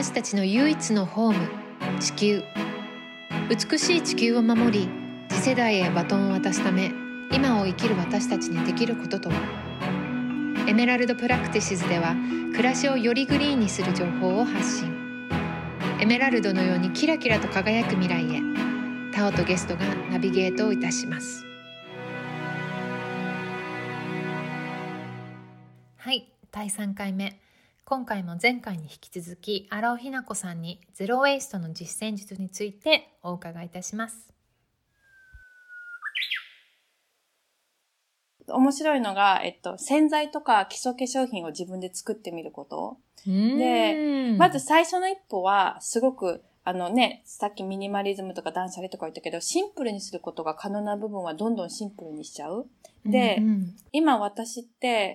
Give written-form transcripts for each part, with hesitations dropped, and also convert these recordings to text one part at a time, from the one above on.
私たちの唯一のホーム、地球。美しい地球を守り、次世代へバトンを渡すため、今を生きる私たちにできることとは。エメラルドプラクティシズでは、暮らしをよりグリーンにする情報を発信。エメラルドのようにキラキラと輝く未来へ、タオとゲストがナビゲートをいたします。はい、第3回目。今回も前回に引き続き荒尾ひな子さんにゼロ・ウェイストの実践術についてお伺いいたします。 面白いのが、洗剤とか基礎化粧品を自分で作ってみること。で、まず最初の一歩はすごくさっきミニマリズムとか断捨離とか言ったけど、シンプルにすることが可能な部分はどんどんシンプルにしちゃう。で、今私って、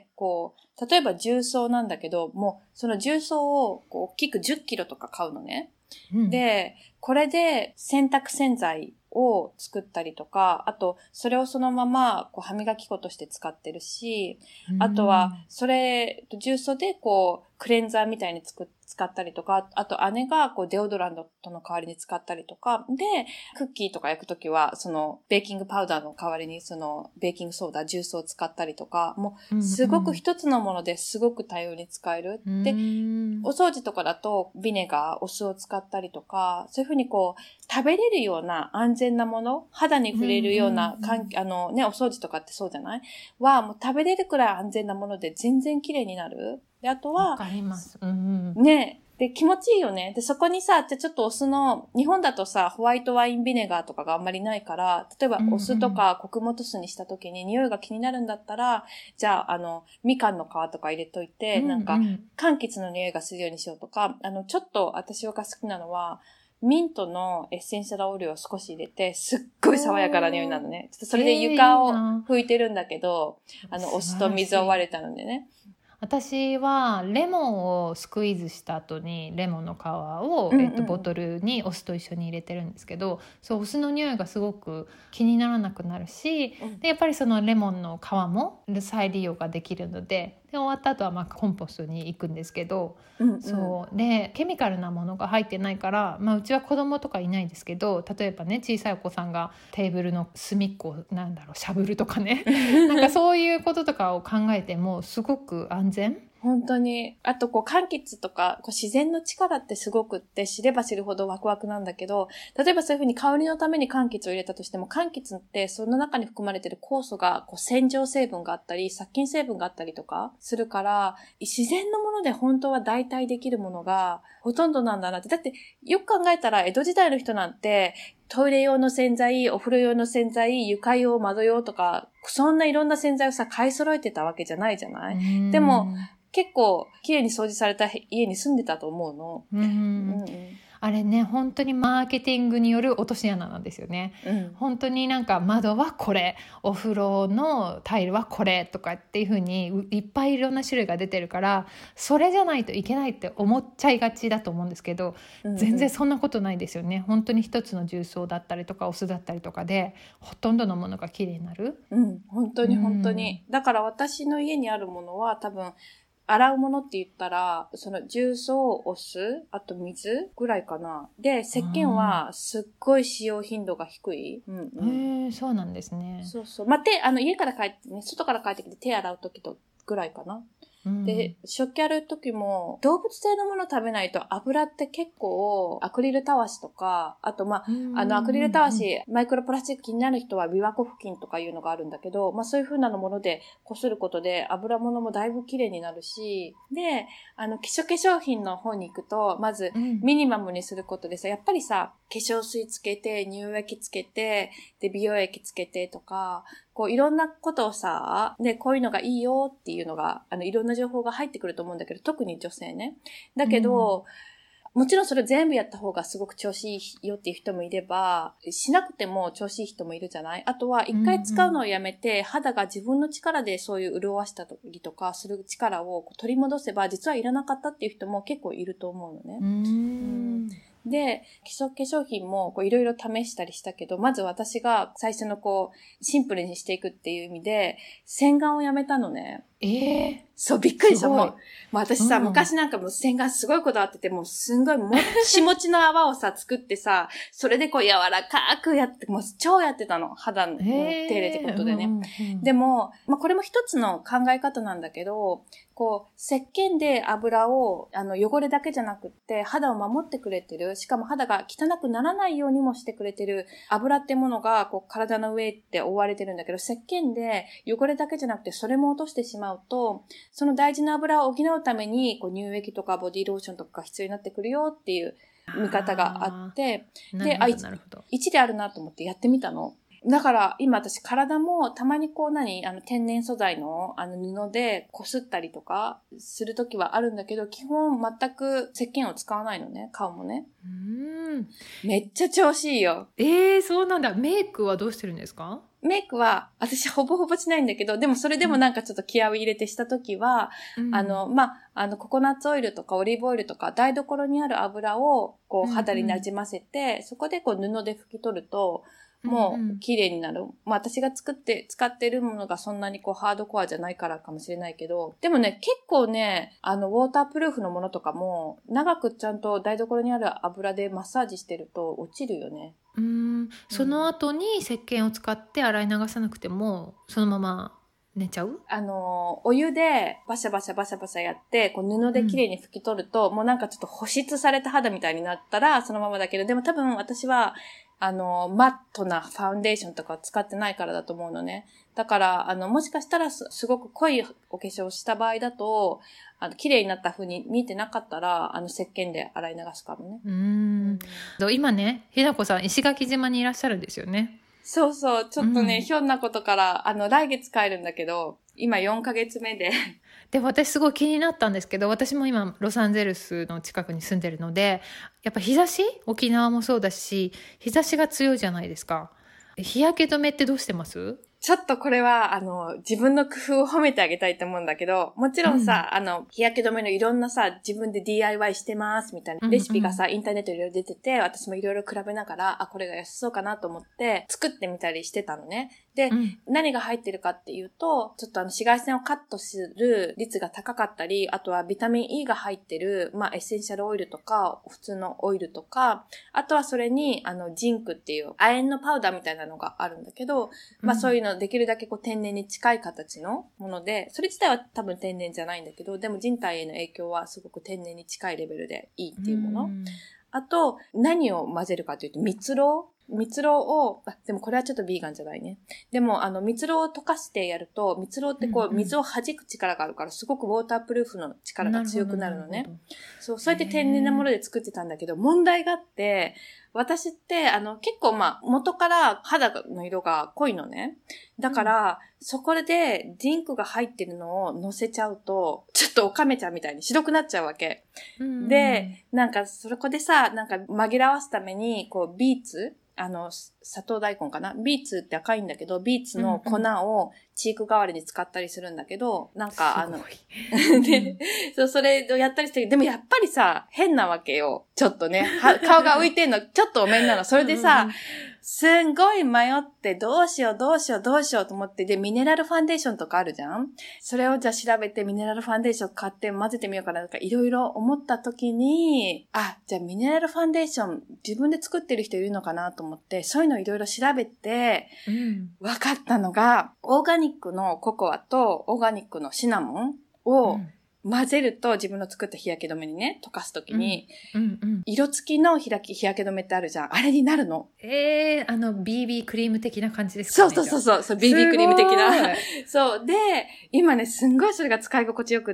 例えば重曹なんだけど、もうその重曹を大きく10キロとか買うのね。で、これで洗濯洗剤を作ったりとか、あと、それをそのまま歯磨き粉として使ってるし、あとは、それ、重曹でクレンザーみたいに使ったりとか、あと姉がデオドラントの代わりに使ったりとか、で、クッキーとか焼くときは、ベーキングパウダーの代わりにベーキングソーダ、重曹を使ったりとか、もう、すごく一つのものですごく多様に使える。で、お掃除とかだと、ビネガー、お酢を使ったりとか、そういうふうに食べれるような安全なもの、肌に触れるような、お掃除とかってそうじゃないは、もう食べれるくらい安全なもので全然綺麗になる。で、あとは、 わかります。 ね、で、気持ちいいよね。で、そこにさ、ちょっとお酢の、日本だとさ、ホワイトワインビネガーとかがあんまりないから、例えばお酢とか穀物酢にした時に匂いが気になるんだったら、じゃあ、みかんの皮とか入れといて、柑橘の匂いがするようにしようとか、ちょっと私が好きなのは、ミントのエッセンシャルオイルを少し入れて、すっごい爽やかな匂いなのね。ちょっとそれで床を拭いてるんだけど、お酢と水を割れたのでね。 私はレモンをスクイーズした後にレモンの皮を、ボトルにお酢と一緒に入れてるんですけど、そうお酢の匂いがすごく気にならなくなるし、でやっぱりそのレモンの皮も再利用ができるので、終わった後はコンポストに行くんですけど、そうでケミカルなものが入ってないから、うちは子供とかいないですけど、例えばね小さいお子さんがテーブルの隅っこをしゃぶるとかねそういうこととかを考えてもすごく安全。 本当に。あと、柑橘とか、自然の力ってすごくって、知れば知るほどワクワクなんだけど、例えばそういうふうに香りのために柑橘を入れたとしても、柑橘ってその中に含まれている酵素が、洗浄成分があったり、殺菌成分があったりとかするから、自然のもので本当は代替できるものがほとんどなんだなって。だって、よく考えたら、江戸時代の人なんて、トイレ用の洗剤、お風呂用の洗剤、床用、窓用とか、そんないろんな洗剤を買い揃えてたわけじゃないじゃない？でも、結構綺麗に掃除された家に住んでたと思うの。 あれね、本当にマーケティングによる落とし穴なんですよね。本当に窓はこれ、お風呂のタイルはこれとかっていう風にいっぱいいろんな種類が出てるから、それじゃないといけないって思っちゃいがちだと思うんですけど、全然そんなことないですよね。本当に一つの重曹だったりとかお酢だったりとかでほとんどのものが綺麗になる。 本当に本当に。だから私の家にあるものは多分洗うものって言ったら、その重曹、お酢、あと水ぐらいかな。で、石鹸はすっごい使用頻度が低い。 そうなんですね。 そう。家から帰ってね、外から帰ってきて手洗う時とぐらいかな。で、食器洗う時も、動物性のもの食べないと油って結構、アクリルたわしとか、あとアクリルたわし、マイクロプラスチック気になる人は、琵琶湖付近とかいうのがあるんだけど、そういう風なもので擦ることで、油物もだいぶ綺麗になるし、で、基礎化粧品の方に行くと、まず、ミニマムにすることでさ、やっぱりさ、化粧水つけて、乳液つけて、で、美容液つけてとか、いろんなことをさ、で、こういうのがいいよっていうのが、いろんな情報が入ってくると思うんだけど、特に女性ね。だけど、もちろんそれ全部やった方がすごく調子いいよっていう人もいれば、しなくても調子いい人もいるじゃない？あとは一回使うのをやめて、肌が自分の力でそういう潤わしたりとかする力を取り戻せば、実はいらなかったっていう人も結構いると思うのね。で、基礎化粧品もいろいろ試したりしたけど、まず私が最初のシンプルにしていくっていう意味で、洗顔をやめたのね。 そう、びっくりした。もう私さ、 うん昔なんかもう洗顔すごいこだわってて、もうすんごいもっちもちの泡をさ、作ってさ、それでこう柔らかくやって、もう超やってたの。肌の手入れってことでね。でも、これも一つの考え方なんだけど、こう、石鹸で油を、汚れだけじゃなくって、肌を守ってくれてる、しかも肌が汚くならないようにもしてくれてる、油ってものが、こう、体の上って覆われてるんだけど、石鹸で汚れだけじゃなくて、それも落としてしまうと、その大事な油を補うために、こう、乳液とかボディローションとかが必要になってくるよっていう見方があって、で、一理あるなと思ってやってみたの。だから今私体もたまにこう天然素材の布で擦ったりとかするときはあるんだけど、基本全く石鹸を使わないのね、顔もね。めっちゃ調子いいよ。 そうなんだ。メイクはどうしてるんですか？ メイクは私ほぼほぼしないんだけど、でもそれでもなんかちょっと気合を入れてしたときは、ココナッツオイルとかオリーブオイルとか台所にある油をこう肌に馴染ませて、そこでこう布で拭き取ると、もう綺麗になる。私が使ってるものがそんなにこうハードコアじゃないからかもしれないけど、でもね、結構ね、ウォータープルーフのものとかも、長くちゃんと台所にある油でマッサージしてると落ちるよね。 その後に石鹸を使って洗い流さなくても、そのまま寝ちゃう？ お湯でバシャバシャバシャバシャやって、こう布で綺麗に拭き取ると、もうなんかちょっと保湿された肌みたいになったらそのままだけど、でも多分私は、マットなファウンデーションとか使ってないからだと思うのね。だから、もしかしたらすごく濃いお化粧をした場合だと、綺麗になった風に見えてなかったら、石鹸で洗い流すかもね。 今ね、ひなこさん、石垣島にいらっしゃるんですよね。 そうそう、ちょっとね、ひょんなことから、来月帰るんだけど、今4ヶ月目で。 で、私すごい気になったんですけど、私も今、ロサンゼルスの近くに住んでるので、やっぱ日差し？沖縄もそうだし、日差しが強いじゃないですか。日焼け止めってどうしてます？ ちょっとこれは、自分の工夫を褒めてあげたいと思うんだけど、もちろんさ、日焼け止めのいろんなさ、自分で DIY してますみたいなレシピがさ、インターネットでいろいろ出てて、私もいろいろ比べながら、これが安そうかなと思って作ってみたりしてたのね。で、何が入ってるかっていうと、ちょっと紫外線をカットする率が高かったり、あとはビタミン E が入ってる、エッセンシャルオイルとか、普通のオイルとか、あとはそれに、ジンクっていう亜鉛のパウダーみたいなのがあるんだけど、そういうのできるだけこう天然に近い形のもので、それ自体は多分天然じゃないんだけど、でも人体への影響はすごく天然に近いレベルでいいっていうもの。あと、何を混ぜるかというと、蜜蝋を、でもこれはちょっとビーガンじゃないね。でも、蜜蝋を溶かしてやると、蜜蝋ってこう、水を弾く力があるから、すごくウォータープルーフの力が強くなるのね。そうやって天然なもので作ってたんだけど、問題があって、私って、結構元から肌の色が濃いのね。だから、そこでジンクが入ってるのを乗せちゃうと、ちょっとオカメちゃんみたいに白くなっちゃうわけ。で、なんか、そこでさ、なんか紛らわすために、こう、ビーツ砂糖大根かな？ビーツって赤いんだけど、ビーツの粉をチーク代わりに使ったりするんだけど、なんかで、それをやったりして、でもやっぱりさ、変なわけよ。ちょっとね、顔が浮いてんの、ちょっとお面なの。それでさ、すんごい迷って、どうしようと思って、で、ミネラルファンデーションとかあるじゃん？それをじゃあ調べて、ミネラルファンデーション買って混ぜてみようかなとか、いろいろ思った時に、じゃあミネラルファンデーション、自分で作ってる人いるのかなと思って、そういうのいろいろ調べて、分かったのが、オーガニックのココアとオーガニックのシナモンを、混ぜると自分の作った日焼け止めにね、溶かすときに、色付きの日焼け止めってあるじゃん。あれになるの。 BB クリーム的な感じですかね。 そう、BB クリーム的な。そう。で、今ね、すんごいそれが使い心地よくって、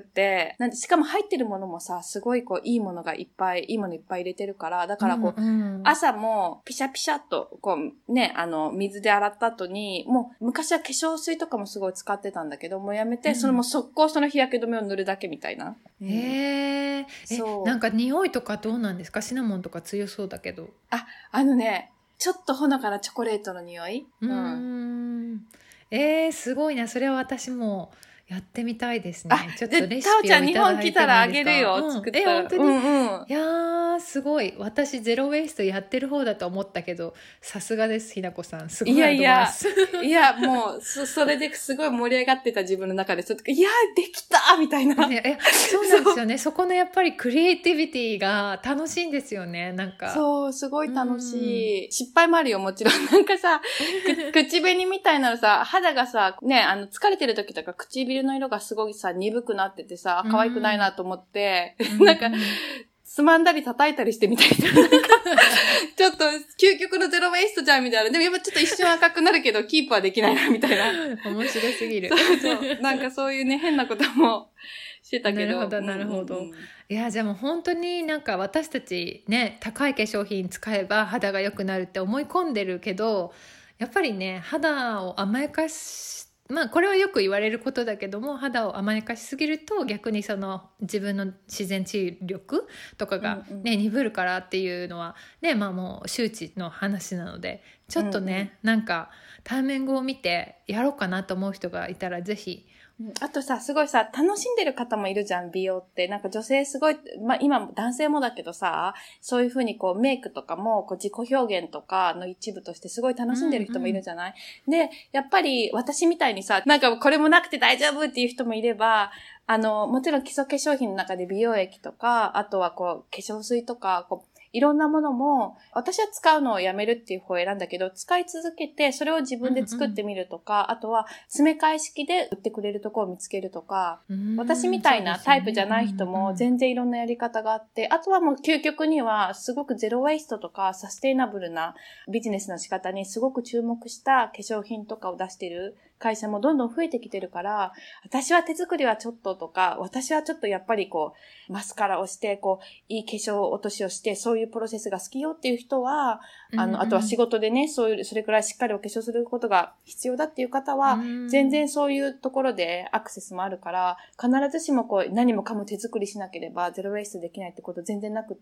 しかも入ってるものもさ、すごいこう、いいものいっぱい入れてるから、だからこう、朝もピシャピシャっと、こう、ね、水で洗った後に、もう、昔は化粧水とかもすごい使ってたんだけど、もうやめて、それも速攻その日焼け止めを塗るだけみたいな。 なんか匂いとかどうなんですか？シナモンとか強そうだけど。 ちょっとほのかなチョコレートの匂い。 すごいな。それは私もやってみたいですね。ちょっとレシピをいただいてもいいですか？ タオちゃん日本来たらあげるよ、作ったら。 本当に、いやーすごい。私ゼロウェイストやってる方だと思ったけど、さすがです、ひなこさん。すごいアドバイス。 いやもうそれですごい盛り上がってた自分の中でちょっと、いやできたみたいな。 そうなんですよね。そこのやっぱりクリエイティビティが楽しいんですよね。なんか。 そう、すごい楽しい。失敗もあるよ、もちろん。なんかさ、口紅みたいなのさ、肌がさ、ね、疲れてる時とか唇の色がすごいさ、鈍くなっててさ、可愛くないなと思って、なんか、つまんだり叩いたりしてみたいな。なんか、ちょっと、究極のゼロウェイストじゃんみたいな。でもやっぱちょっと一瞬赤くなるけど、キープはできないな、みたいな。 面白すぎる。 そう。なんかそういうね、変なこともしてたけど。 なるほど。いや、じゃあもう本当になんか私たちね、高い化粧品使えば肌が良くなるって思い込んでるけど、やっぱりね、肌を甘やかし、これはよく言われることだけども、肌を甘やかしすぎると逆にその自分の自然治癒力とかがね、鈍るからっていうのはね、もう周知の話なので、ちょっとね、なんか対面語を見てやろうかなと思う人がいたらぜひ。 あとさ、すごいさ、楽しんでる方もいるじゃん、美容って。なんか女性すごい、今男性もだけどさ、そういう風にこうメイクとかもこう自己表現とかの一部としてすごい楽しんでる人もいるじゃない？で、やっぱり私みたいにさ、なんかこれもなくて大丈夫っていう人もいれば、もちろん基礎化粧品の中で美容液とか、あとはこう化粧水とか、こういろんなものも、私は使うのをやめるっていう方を選んだけど、使い続けて、それを自分で作ってみるとか、あとは詰め替え式で売ってくれるところを見つけるとか、私みたいなタイプじゃない人も全然いろんなやり方があって、あとはもう究極にはすごくゼロウェイストとかサステイナブルなビジネスの仕方にすごく注目した化粧品とかを出している会社もどんどん増えてきてるから、私は手作りはちょっととか、私はちょっとやっぱりこう、マスカラをして、こう、いい化粧落としをして、そういうプロセスが好きよっていう人は、あとは仕事でね、それくらいしっかりお化粧することが必要だっていう方は、全然そういうところでアクセスもあるから、必ずしもこう、何もかも手作りしなければゼロウェイストできないってこと全然なくって、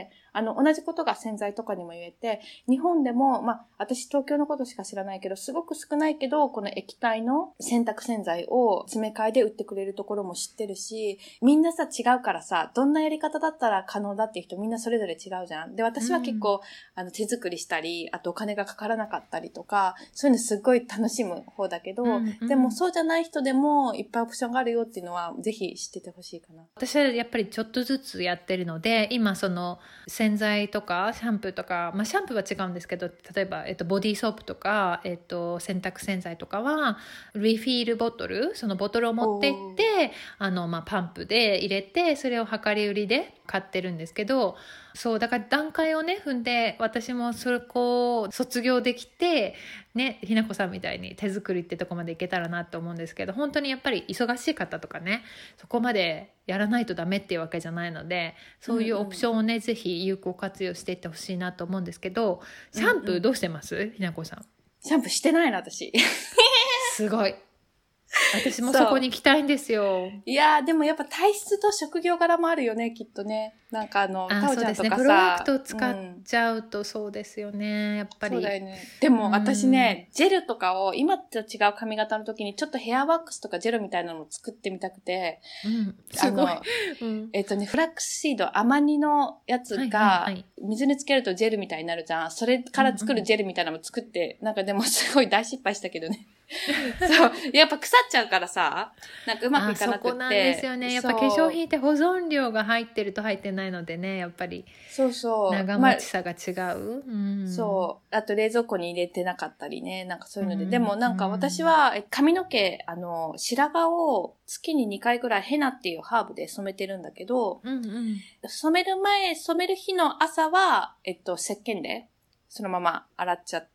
同じことが洗剤とかにも言えて、日本でも、私東京のことしか知らないけど、すごく少ないけど、この液体の洗濯洗剤を詰め替えで売ってくれるところも知ってるし、みんなさ違うからさ、どんなやり方だったら可能だっていう人みんなそれぞれ違うじゃん。で、私は結構、手作りしたり、あとお金がかからなかったりとか、そういうのすっごい楽しむ方だけど、でもそうじゃない人でもいっぱいオプションがあるよっていうのは、ぜひ知っててほしいかな。 私はやっぱりちょっとずつやってるので、今その洗剤とかシャンプーとか、シャンプーは違うんですけど、例えば、ボディーソープとか、洗濯洗剤とかは、リフィールボトル、そのボトルを持って行って、パンプで入れて、それを量り売りで買ってるんですけど、そうだから段階をね踏んで、私もそこを卒業できてね、ひなこさんみたいに手作りってとこまでいけたらなと思うんですけど、本当にやっぱり忙しい方とかね、そこまでやらないとダメっていうわけじゃないので、そういうオプションをね、ぜひ有効活用していってほしいなと思うんですけど、シャンプーどうしてます？ひなこさん。 シャンプーしてないの私。 すごい。私もそこに行きたいんですよ。 いやー、でもやっぱ体質と職業柄もあるよね、きっとね。なんかタオちゃんとかさ、 プロダクトを使っちゃうとそうですよね、やっぱり。 そうだよね。でも私ね、ジェルとかを今と違う髪型の時にちょっとヘアワックスとかジェルみたいなのを作ってみたくて、 すごい。 フラックスシード、アマニのやつが、水につけるとジェルみたいになるじゃん。それから作るジェルみたいなのも作って、なんかでもすごい大失敗したけどね。そう。やっぱ腐っちゃうからさ、なんかうまくいかなくて。 そこなんですよね。やっぱ化粧品って保存量が入ってると入ってないのでね、やっぱり。 そうそう。 長持ちさが違う。 そう。あと冷蔵庫に入れてなかったりね。なんかそういうので。でもなんか私は髪の毛、白髪を月に2回ぐらいヘナっていうハーブで染めてるんだけど、染める日の朝は、石鹸でそのまま洗っちゃって、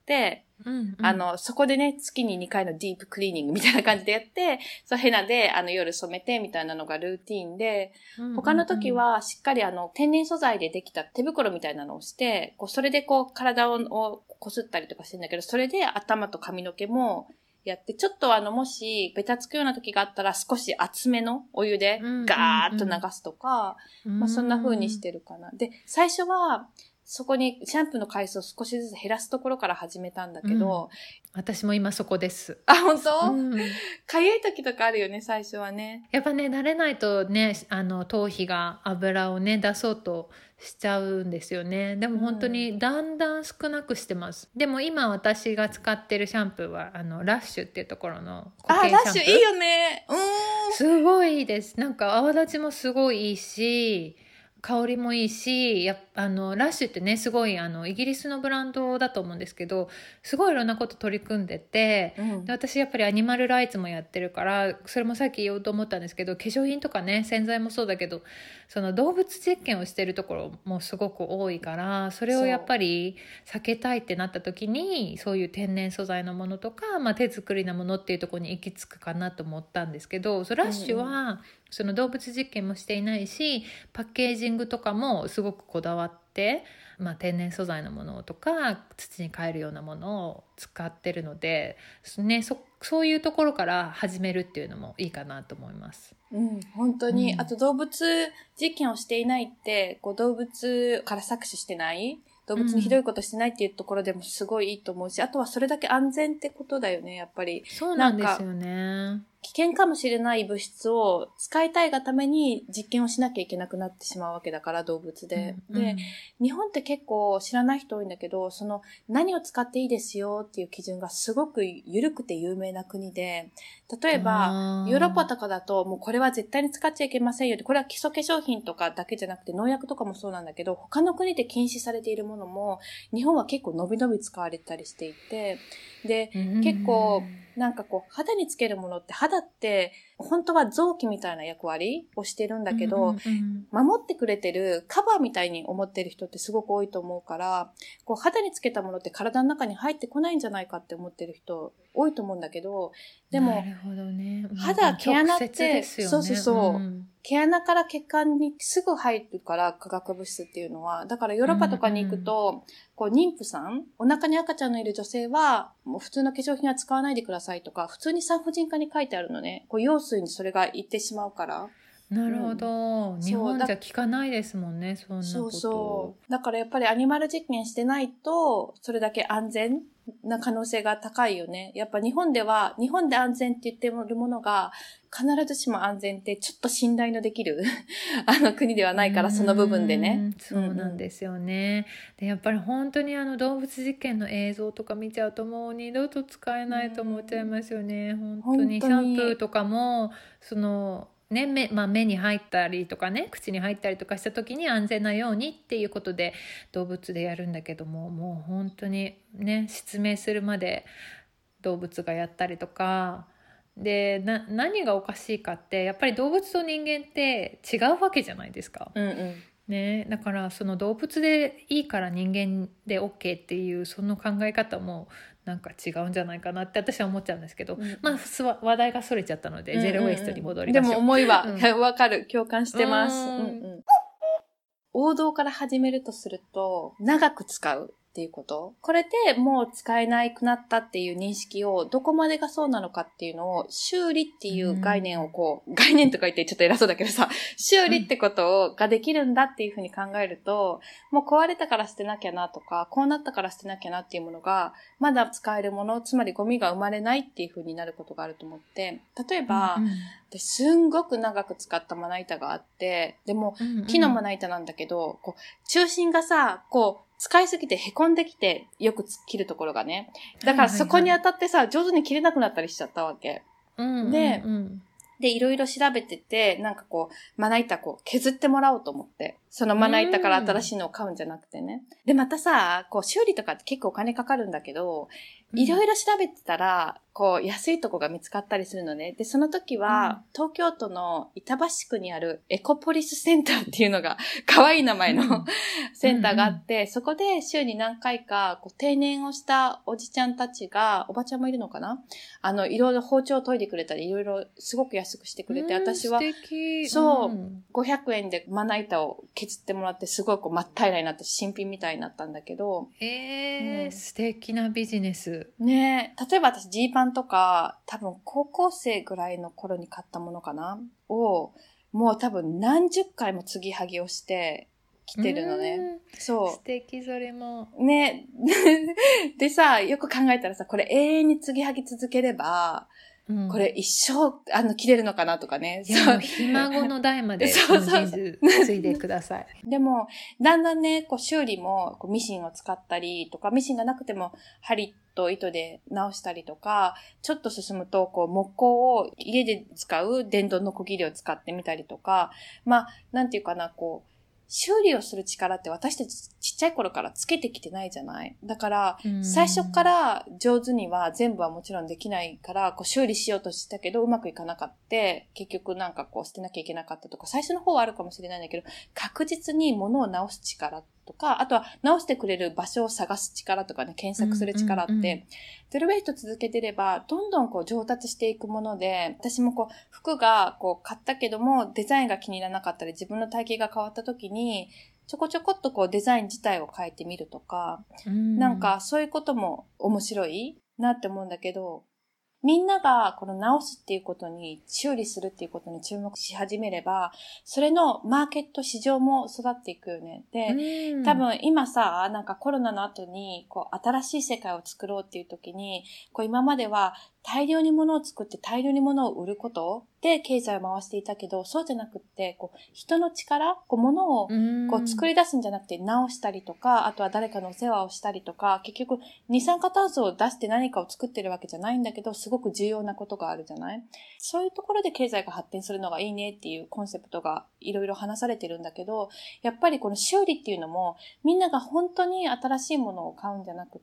そこでね、月に2回のディープクリーニングみたいな感じでやって、そう、ヘナで、夜染めてみたいなのがルーティーンで、他の時はしっかり天然素材でできた手袋みたいなのをして、こう、それでこう、体をこすったりとかしてんだけど、それで頭と髪の毛もやって、ちょっともし、ベタつくような時があったら、少し厚めのお湯でガーッと流すとか、そんな風にしてるかな。で、最初は、 そこにシャンプーの回数を少しずつ減らすところから始めたんだけど、 私も今そこです。 あ、本当？かゆい時とかあるよね、最初はね。 やっぱね、慣れないとね、頭皮が油をね、出そうとしちゃうんですよね。でも本当にだんだん少なくしてます。でも今私が使ってるシャンプーは、ラッシュっていうところの固形シャンプー。 ラッシュいいよね。 すごいいいです。なんか泡立ちもすごいいいし、香りもいいし、ラッシュってね、すごいイギリスのブランドだと思うんですけど、すごいいろんなこと取り組んでて、で私やっぱりアニマルライツもやってるから、それもさっき言おうと思ったんですけど、化粧品とかね、洗剤もそうだけど、その動物実験をしてるところもすごく多いから、それをやっぱり避けたいってなった時に、そういう天然素材のものとか、手作りなものっていうところに行き着くかなと思ったんですけど、ラッシュは、その動物実験もしていないし、パッケージングとかもすごくこだわって、天然素材のものとか土に還るようなものを使ってるので、ね、そういうところから始めるっていうのもいいかなと思います。 本当に、あと動物実験をしていないって、動物から搾取してない、動物にひどいことしてないっていうところでもすごいいいと思うし、あとはそれだけ安全ってことだよね、やっぱり。 そうなんですよね。 危険かもしれない物質を使いたいがために実験をしなきゃいけなくなってしまうわけだから、動物で。で、日本って結構知らない人多いんだけど、その何を使っていいですよっていう基準がすごく緩くて有名な国で、例えば、ヨーロッパとかだともうこれは絶対に使っちゃいけませんよって、これは基礎化粧品とかだけじゃなくて農薬とかもそうなんだけど、他の国で禁止されているものも、日本は結構のびのび使われたりしていて、で、結構、なんか肌につけるものって肌って本当は臓器みたいな役割をしてるんだけど、守ってくれてるカバーみたいに思ってる人ってすごく多いと思うから、肌につけたものって体の中に入ってこないんじゃないかって思ってる人多いと思うんだけど、でも、 なるほどね。 肌、毛穴って、そう、毛穴から血管にすぐ入るから化学物質っていうのは、だからヨーロッパとかに行くと、妊婦さん、お腹に赤ちゃんのいる女性は、もう普通の化粧品は使わないでくださいとか、普通に産婦人科に書いてあるのね。羊水にそれが行ってしまうから。 なるほど。日本じゃ聞かないですもんね、そんなこと。 そう。だからやっぱりアニマル実験してないと、それだけ安全な可能性が高いよね。やっぱ日本で安全って言ってるものが、必ずしも安全ってちょっと信頼のできる国ではないから、その部分でね。 そうなんですよね。で、やっぱり本当に動物実験の映像とか見ちゃうともう二度と使えないと思っちゃいますよね。本当にシャンプーとかも、ね、目に入ったりとかね、口に入ったりとかした時に安全なようにっていうことで動物でやるんだけども、もう本当にね、失明するまで動物がやったりとかで、何がおかしいかって、やっぱり動物と人間って違うわけじゃないですか。ね、だからその動物でいいから人間で OK っていうその考え方もなんか違うんじゃないかなって私は思っちゃうんですけど、話題がそれちゃったので、ゼロウェイストに戻りましょう。 でも思いはわかる、共感してます。王道から始めるとすると、長く使うっていうこと。これでもう使えなくなったっていう認識を、どこまでがそうなのかっていうのを、修理っていう概念を概念とか言ってちょっと偉そうだけどさ、修理ってことができるんだっていうふうに考えると、もう壊れたから捨てなきゃなとか、こうなったから捨てなきゃなっていうものが、まだ使えるもの、つまりゴミが生まれないっていうふうになることがあると思って、例えば、すんごく長く使ったまな板があって、でも、木のまな板なんだけど、中心がさ、使いすぎて凹んできて、よく切るところがね。だからそこに当たってさ、上手に切れなくなったりしちゃったわけ。で、いろいろ調べてて、なんかまな板削ってもらおうと思って。そのまな板から新しいのを買うんじゃなくてね。で、またさ、修理とかって結構お金かかるんだけど、いろいろ調べてたら、安いとこが見つかったりするのね。で、その時は、東京都の板橋区にあるエコポリスセンターっていうのが、可愛い名前のセンターがあって、そこで週に何回か、定年をしたおじちゃんたちが、おばちゃんもいるのかないろいろ包丁を研いでくれたり、いろいろすごく安くしてくれて、私は、そう、500円でまな板を削ってもらって、すごい真っ平らになって新品みたいになったんだけど。 素敵なビジネス。 ねえ、例えば私ジーパンとか、多分高校生ぐらいの頃に買ったものかなを、もう多分何十回も継ぎはぎをして、 着てるのね。そう。 素敵、それも。 ね。でさ、よく考えたらさ、これ永遠に継ぎはぎ続ければ、これ一生、着れるのかなとかね。 いや、ひ孫の代まで、そのジーンズ継いでください。 でも、だんだんね、修理も、ミシンを使ったりとか、ミシンがなくても、針と糸で直したりとか、ちょっと進むと、木工を家で使う電動のこぎりを使ってみたりとか、なんていうかな、修理をする力って私たちちっちゃい頃からつけてきてないじゃない？だから、最初から上手には全部はもちろんできないから、修理しようとしたけどうまくいかなかった。結局捨てなきゃいけなかったとか、最初の方はあるかもしれないんだけど、確実に物を直す力とか、あとは直してくれる場所を探す力とかね、検索する力って、ゼロウェイト続けてれば、どんどん上達していくもので、私も服が買ったけども、デザインが気に入らなかったり、自分の体型が変わった時に、ちょこちょこっとデザイン自体を変えてみるとか、そういうことも面白いなって思うんだけど、みんなが直すっていうことに、修理するっていうことに注目し始めれば、それのマーケット市場も育っていくよね。で、多分今さ、コロナの後に、新しい世界を作ろうっていう時に、今までは大量に物を作って大量に物を売ることで経済を回していたけど、そうじゃなくって、人の力、物を作り出すんじゃなくて直したりとか、あとは誰かのお世話をしたりとか、結局二酸化炭素を出して何かを作ってるわけじゃないんだけど、すごく重要なことがあるじゃない？そういうところで経済が発展するのがいいねっていうコンセプトがいろいろ話されてるんだけど、やっぱり修理っていうのも、みんなが本当に新しいものを買うんじゃなくって、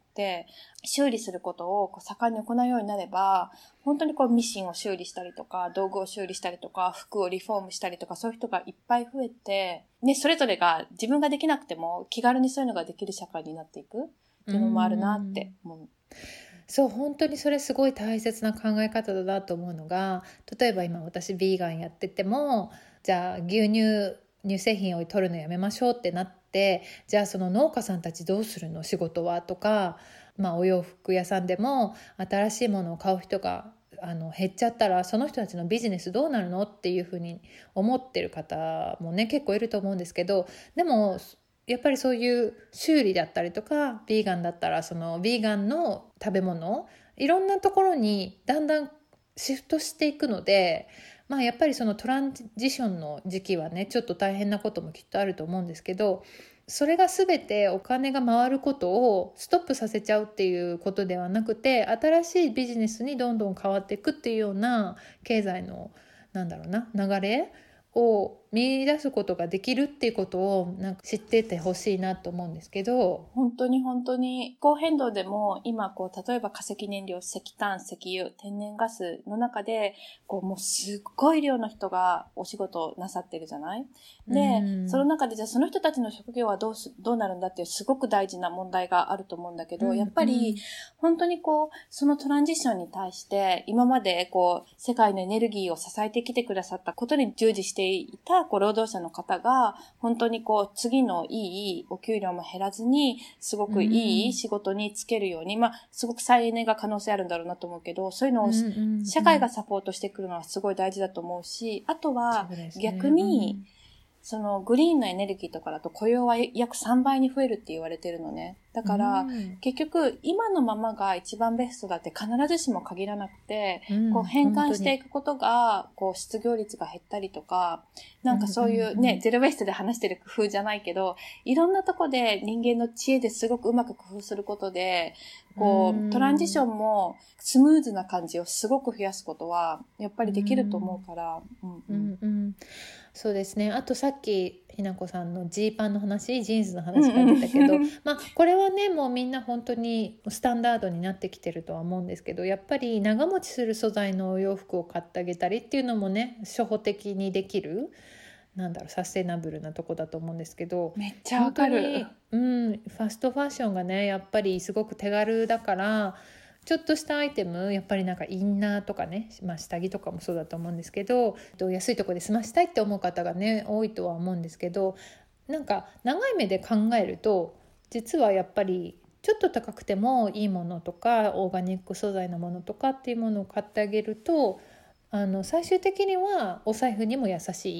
修理することを盛んに行うようになれば、本当にミシンを修理したりとか、道具を修理したりとか、服をリフォームしたりとか、そういう人がいっぱい増えて、ね、それぞれが自分ができなくても気軽にそういうのができる社会になっていくっていうのもあるなって思う。 そう、本当にそれすごい大切な考え方だなと思うのが、例えば今私ビーガンやってても、じゃあ乳製品を取るのやめましょうってなって、じゃあその農家さんたちどうするの仕事はとか、お洋服屋さんでも新しいものを買う人が減っちゃったら、その人たちのビジネスどうなるのっていうふうに思ってる方もね結構いると思うんですけど、でもやっぱりそういう修理だったりとか、ビーガンだったらそのビーガンの食べ物、いろんなところにだんだんシフトしていくので、やっぱりそのトランジションの時期はねちょっと大変なこともきっとあると思うんですけど、それが全てお金が回ることをストップさせちゃうっていうことではなくて、新しいビジネスにどんどん変わっていくっていうような経済の流れを見出すことができるっていうことを知っててほしいなと思うんですけど、 本当に本当に気候変動でも今例えば化石燃料、石炭、石油、天然ガスの中でもうすっごい量の人がお仕事なさってるじゃない？で、その中でじゃあその人たちの職業はどうなるんだっていうすごく大事な問題があると思うんだけど、やっぱり本当にそのトランジションに対して今まで世界のエネルギーを支えてきてくださったことに従事していた労働者の方が本当に次のいいお給料も減らずにすごくいい仕事に就けるように、すごく再エネが可能性あるんだろうなと思うけど、そういうのを社会がサポートしてくるのはすごい大事だと思うし、あとは逆にそのグリーンのエネルギーとかだと雇用は約3倍に増えるって言われてるのね。だから、結局今のままが一番ベストだって必ずしも限らなくて、変換していくことが失業率が減ったりとか、そういうね、ゼロベストで話してる工夫じゃないけど、いろんなとこで人間の知恵ですごくうまく工夫することで、トランジションもスムーズな感じをすごく増やすことはやっぱりできると思うから、 そうですね。あとさっきひなこさんのジーパンの話、ジーンズの話が出たけど、これはねもうみんな本当にスタンダードになってきてるとは思うんですけど、やっぱり長持ちする素材のお洋服を買ってあげたりっていうのもね初歩的にできるサステナブルなとこだと思うんですけど、 めっちゃわかる。 ファストファッションがねやっぱりすごく手軽だから、ちょっとしたアイテム、やっぱりインナーとかね、下着とかもそうだと思うんですけど、安いところで済ましたいって思う方がね多いとは思うんですけど、長い目で考えると実はやっぱりちょっと高くてもいいものとかオーガニック素材のものとかっていうものを買ってあげると、最終的にはお財布にも優しい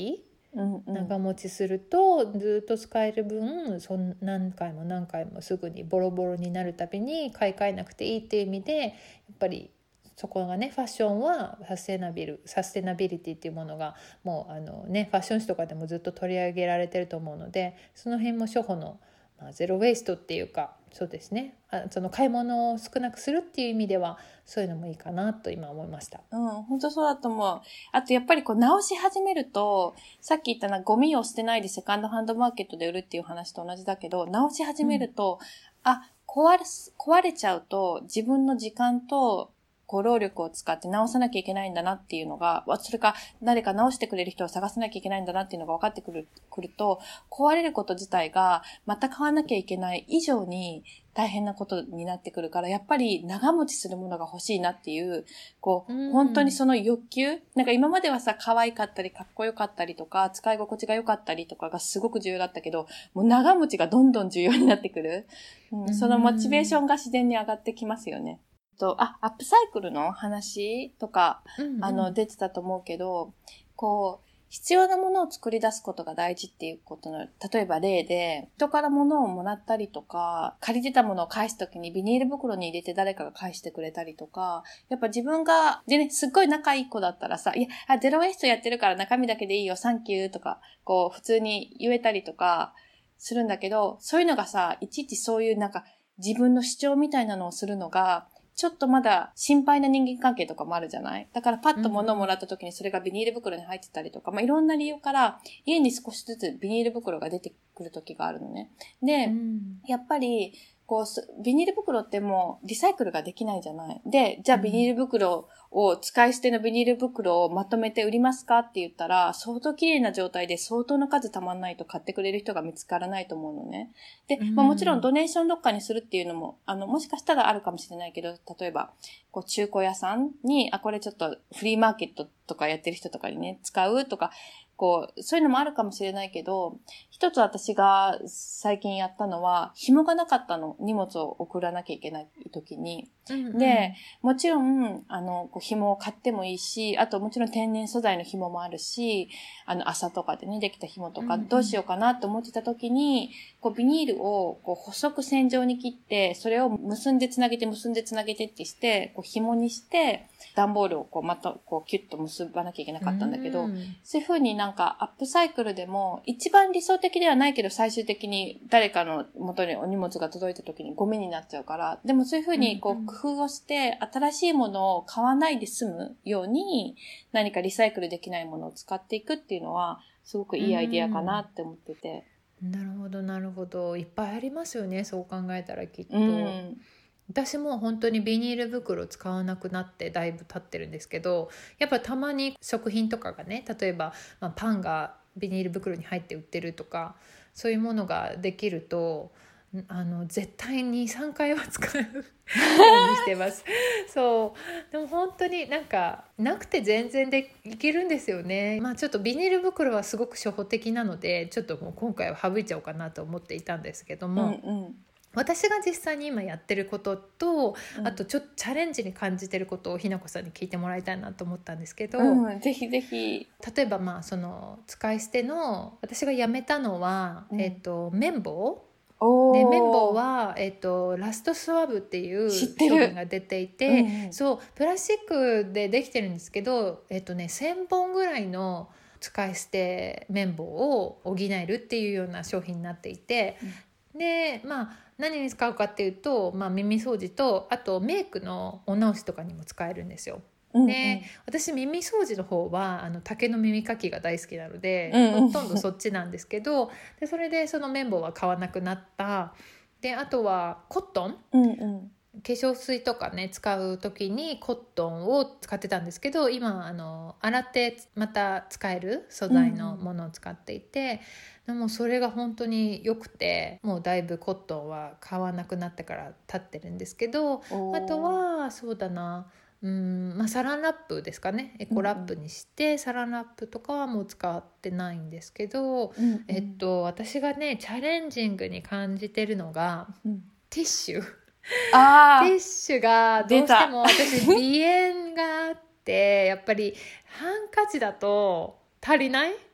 長持ちするとずっと使える分何回も何回もすぐにボロボロになるたびに買い替えなくていいっていう意味で、やっぱりそこがね、ファッションはサステナビリティっていうものがもうファッション誌とかでもずっと取り上げられてると思うので、その辺も初歩の、ゼロウェイストっていうか、そうですね、その買い物を少なくするっていう意味ではそういうのもいいかなと今思いました。 本当そうだと思う。あとやっぱり直し始めると、さっき言ったゴミを捨てないでセカンドハンドマーケットで売るっていう話と同じだけど、直し始めると、壊れちゃうと自分の時間と労力を使って直さなきゃいけないんだなっていうのが、それか誰か直してくれる人を探さなきゃいけないんだなっていうのが分かってくると、壊れること自体がまた買わなきゃいけない以上に大変なことになってくるから、やっぱり長持ちするものが欲しいなっていう、本当にその欲求、今まではさ、可愛かったりかっこよかったりとか、使い心地が良かったりとかがすごく重要だったけど、もう長持ちがどんどん重要になってくる。そのモチベーションが自然に上がってきますよね。アップサイクルの話とか、出てたと思うけど、必要なものを作り出すことが大事っていうことの、例えば例で、人から物をもらったりとか、借りてたものを返すときにビニール袋に入れて誰かが返してくれたりとか、やっぱ自分が、でね、すっごい仲いい子だったらさ、ゼロウェイストやってるから中身だけでいいよ、サンキューとか、普通に言えたりとかするんだけど、そういうのがさ、いちいちそういう自分の主張みたいなのをするのが、ちょっとまだ心配な人間関係とかもあるじゃない？だからパッと物をもらった時にそれがビニール袋に入ってたりとか、いろんな理由から家に少しずつビニール袋が出てくる時があるのね。で、やっぱりビニール袋ってもうリサイクルができないじゃない。で、じゃあビニール袋を、使い捨てのビニール袋をまとめて売りますかって言ったら、相当綺麗な状態で相当の数たまんないと買ってくれる人が見つからないと思うのね。で、もちろんドネーションどっかにするっていうのも、もしかしたらあるかもしれないけど、例えば、中古屋さんに、これちょっとフリーマーケットとかやってる人とかにね、使うとか、そういうのもあるかもしれないけど、一つ私が最近やったのは、紐がなかったの。荷物を送らなきゃいけない時に。で、もちろん、紐を買ってもいいし、あともちろん天然素材の紐もあるし、麻とかでね、できた紐とか、どうしようかなと思ってた時に、ビニールを細く線状に切って、それを結んでつなげてってして、紐にして、段ボールをまたキュッと結ばなきゃいけなかったんだけど、そういう風にアップサイクルでも、一番理想的ではないけど、最終的に誰かの元にお荷物が届いた時にゴミになっちゃうから、でもそういう風に工夫をして、新しいものを買わないで済むように、何かリサイクルできないものを使っていくっていうのは、すごくいいアイディアかなって思ってて。 なるほど、なるほど。いっぱいありますよね、そう考えたらきっと。私も本当にビニール袋使わなくなってだいぶ経ってるんですけど、やっぱたまに食品とかがね、例えば、パンがビニール袋に入って売ってるとか、そういうものができると絶対に3回は使うようにしてますそうでも本当になくて全然できるんですよね。ちょっとビニール袋はすごく初歩的なので、ちょっともう今回は省いちゃおうかなと思っていたんですけども、私が実際に今やってることと、あとちょっとチャレンジに感じてることをひなこさんに聞いてもらいたいなと思ったんですけど、 ぜひぜひ。 例えばその使い捨ての、私がやめたのは、綿棒で、綿棒は、ラストスワブっていう商品が出ていて、そうプラスチックでできてるんですけど、1000本ぐらいの使い捨て綿棒を補えるっていうような商品になっていて、で何に使うかっていうと、耳掃除と、あとメイクのお直しとかにも使えるんですよ。で、私耳掃除の方は竹の耳かきが大好きなので、ほとんどそっちなんですけど、でそれでその綿棒は買わなくなった。であとはコットン、化粧水とかね使う時にコットンを使ってたんですけど、今洗ってまた使える素材のものを使っていて、でもそれが本当に良くて、もうだいぶコットンは買わなくなってから経ってるんですけど、あとはそうだな、サランラップですかね、エコラップにして、サランラップとかはもう使ってないんですけど、私がねチャレンジングに感じてるのが、ティッシュティッシュがどうしても私鼻炎があって、やっぱりハンカチだと足りない、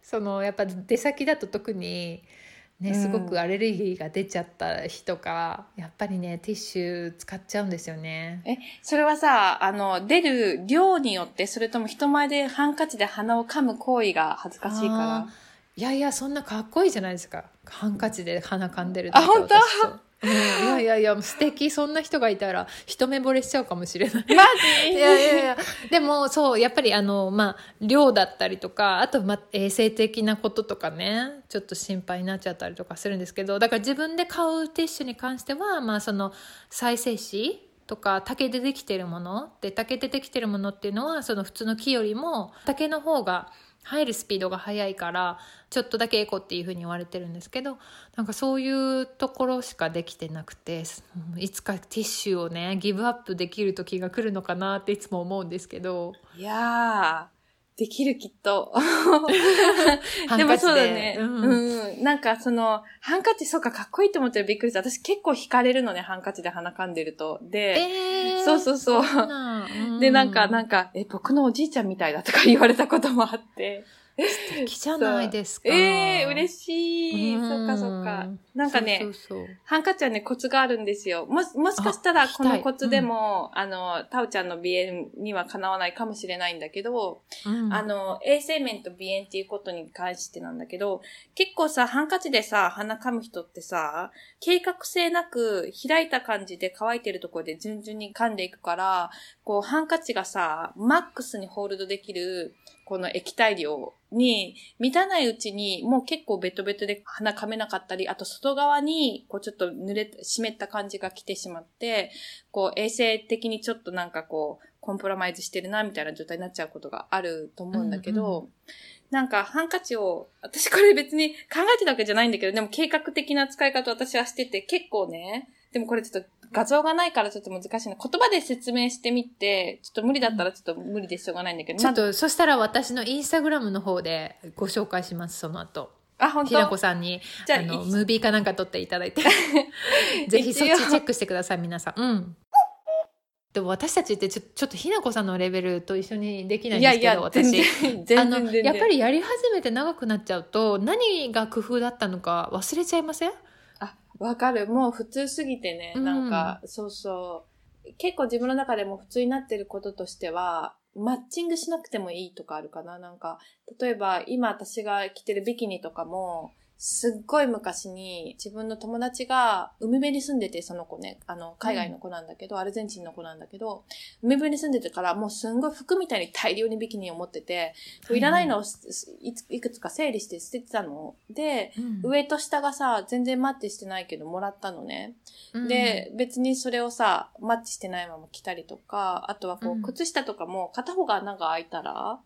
やっぱ出先だと特にね、すごくアレルギーが出ちゃった人がやっぱりねティッシュ使っちゃうんですよね。 それはさ、出る量によって、それとも人前でハンカチで鼻を噛む行為が恥ずかしいから？ いやいや、そんなかっこいいじゃないですか、ハンカチで鼻噛んでるとか。 本当？ いやいやいや、素敵。そんな人がいたら一目惚れしちゃうかもしれない。 マジ？ いやいやいや、でもそうやっぱり量だったりとか、あと衛生的なこととかね、ちょっと心配になっちゃったりとかするんですけど、だから自分で買うティッシュに関しては再生紙とか竹でできてるもので、竹でできてるものっていうのは普通の木よりも竹の方が入るスピードが速いからちょっとだけエコっていう風に言われてるんですけど、なんかそういうところしかできてなくて、いつかティッシュをねギブアップできる時が来るのかなっていつも思うんですけど。 いやー、できるきっと。 ハンカチで。 でもそうだね。なんかハンカチそうかっこいいと思ってびっくりした。私結構惹かれるのね、ハンカチで鼻噛んでると。で、そう。で、なんか、僕のおじいちゃんみたいだとか言われたこともあって。 素敵じゃないですか。 嬉しい。そっか。なんかね、ハンカチはね、コツがあるんですよ。もしかしたら、このコツでも、タオちゃんの鼻炎にはかなわないかもしれないんだけど、衛生面と鼻炎っていうことに関してなんだけど、結構さ、ハンカチでさ、鼻噛む人ってさ、計画性なく開いた感じで乾いてるところで順々に噛んでいくから、こう、ハンカチがさ、マックスにホールドできる、この液体量に満たないうちにもう結構ベトベトで鼻噛めなかったり、あと外側にこうちょっと湿った感じが来てしまって、こう衛生的にちょっとなんかこうコンプラマイズしてるなみたいな状態になっちゃうことがあると思うんだけど、なんかハンカチを、私これ別に考えてたわけじゃないんだけど、でも計画的な使い方を私はしてて結構ね、でもこれちょっと画像がないからちょっと難しいな。言葉で説明してみて、ちょっと無理だったらちょっと無理でしょうがないんだけど。 ちょっと、そしたら私のインスタグラムの方でご紹介します、その後。 本当？ ひなこさんに、ムービーかなんか撮っていただいて。ぜひそっちチェックしてください、皆さん。でも私たちってちょっとひなこさんのレベルと一緒にできないんですけど、私。 全然。 やっぱりやり始めて長くなっちゃうと、何が工夫だったのか忘れちゃいません？ わかる。もう普通すぎてね、なんか、そう。結構自分の中でも普通になってることとしては、マッチングしなくてもいいとかあるかな。なんか、例えば今私が着てるビキニとかも、すっごい昔に自分の友達が海辺に住んでて、その子ね、海外の子なんだけど、アルゼンチンの子なんだけど、海辺に住んでてからもうすんごい服みたいに大量にビキニを持ってて、いらないのをいくつか整理して捨ててたの。で、上と下がさ、全然マッチしてないけどもらったのね。で、別にそれをさ、マッチしてないまま着たりとか、あとはこう、靴下とかも片方が穴が開いたら、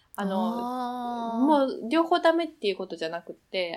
もう両方ダメっていうことじゃなくって、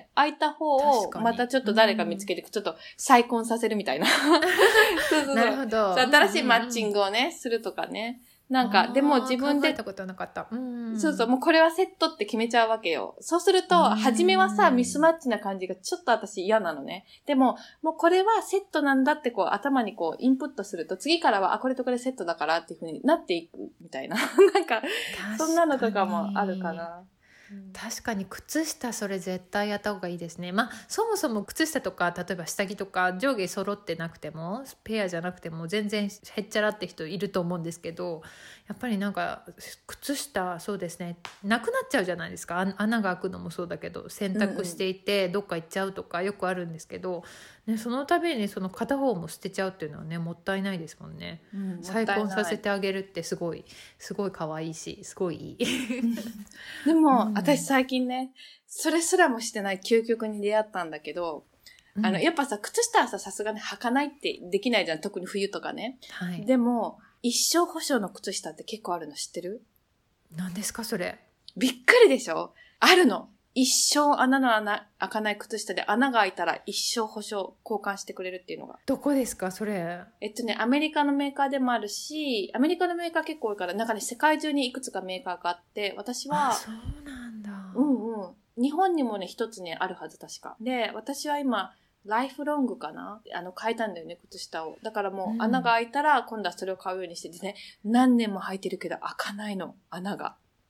空いた方をまたちょっと誰か見つけて、ちょっと再婚させるみたいな。そう。 なるほど。 新しいマッチングをね、するとかね。なんか、でも自分で。 考えたことなかった。 そう、もうこれはセットって決めちゃうわけよ。そうすると、初めはさ、ミスマッチな感じがちょっと私嫌なのね。でも、もうこれはセットなんだってこう頭にこうインプットすると、次からは、これとこれセットだからっていう風になっていくみたいな。なんか、そんなのとかもあるかな。 確かに靴下それ絶対やった方がいいですね。そもそも靴下とか例えば下着とか上下揃ってなくてもペアじゃなくても全然へっちゃらって人いると思うんですけど、やっぱりなんか靴下そうですね、なくなっちゃうじゃないですか。穴が開くのもそうだけど、洗濯していてどっか行っちゃうとかよくあるんですけど、ね、その度にその片方も捨てちゃうっていうのはね、もったいないですもんね。再婚させてあげるってすごい可愛いし、すごいいい。 でも、私最近ね、それすらもしてない究極に出会ったんだけど、やっぱさ、靴下はさすがに履かないってできないじゃん。特に冬とかね。 はい。 でも、一生保証の靴下って結構あるの知ってる？ 何ですかそれ？ びっくりでしょ？あるの。一生開かない靴下で穴が開いたら一生保証交換してくれるっていうのが。 どこですかそれ？ アメリカのメーカーでもあるし、アメリカのメーカー結構多いから、なんかね、世界中にいくつかメーカーがあって、私は、 そうなんだ。 日本にもね、一つね、あるはず確か。で、私は今、ライフロングかな変えたんだよね、靴下を。だからもう穴が開いたら、今度はそれを買うようにしててね、何年も履いてるけど開かないの、穴が。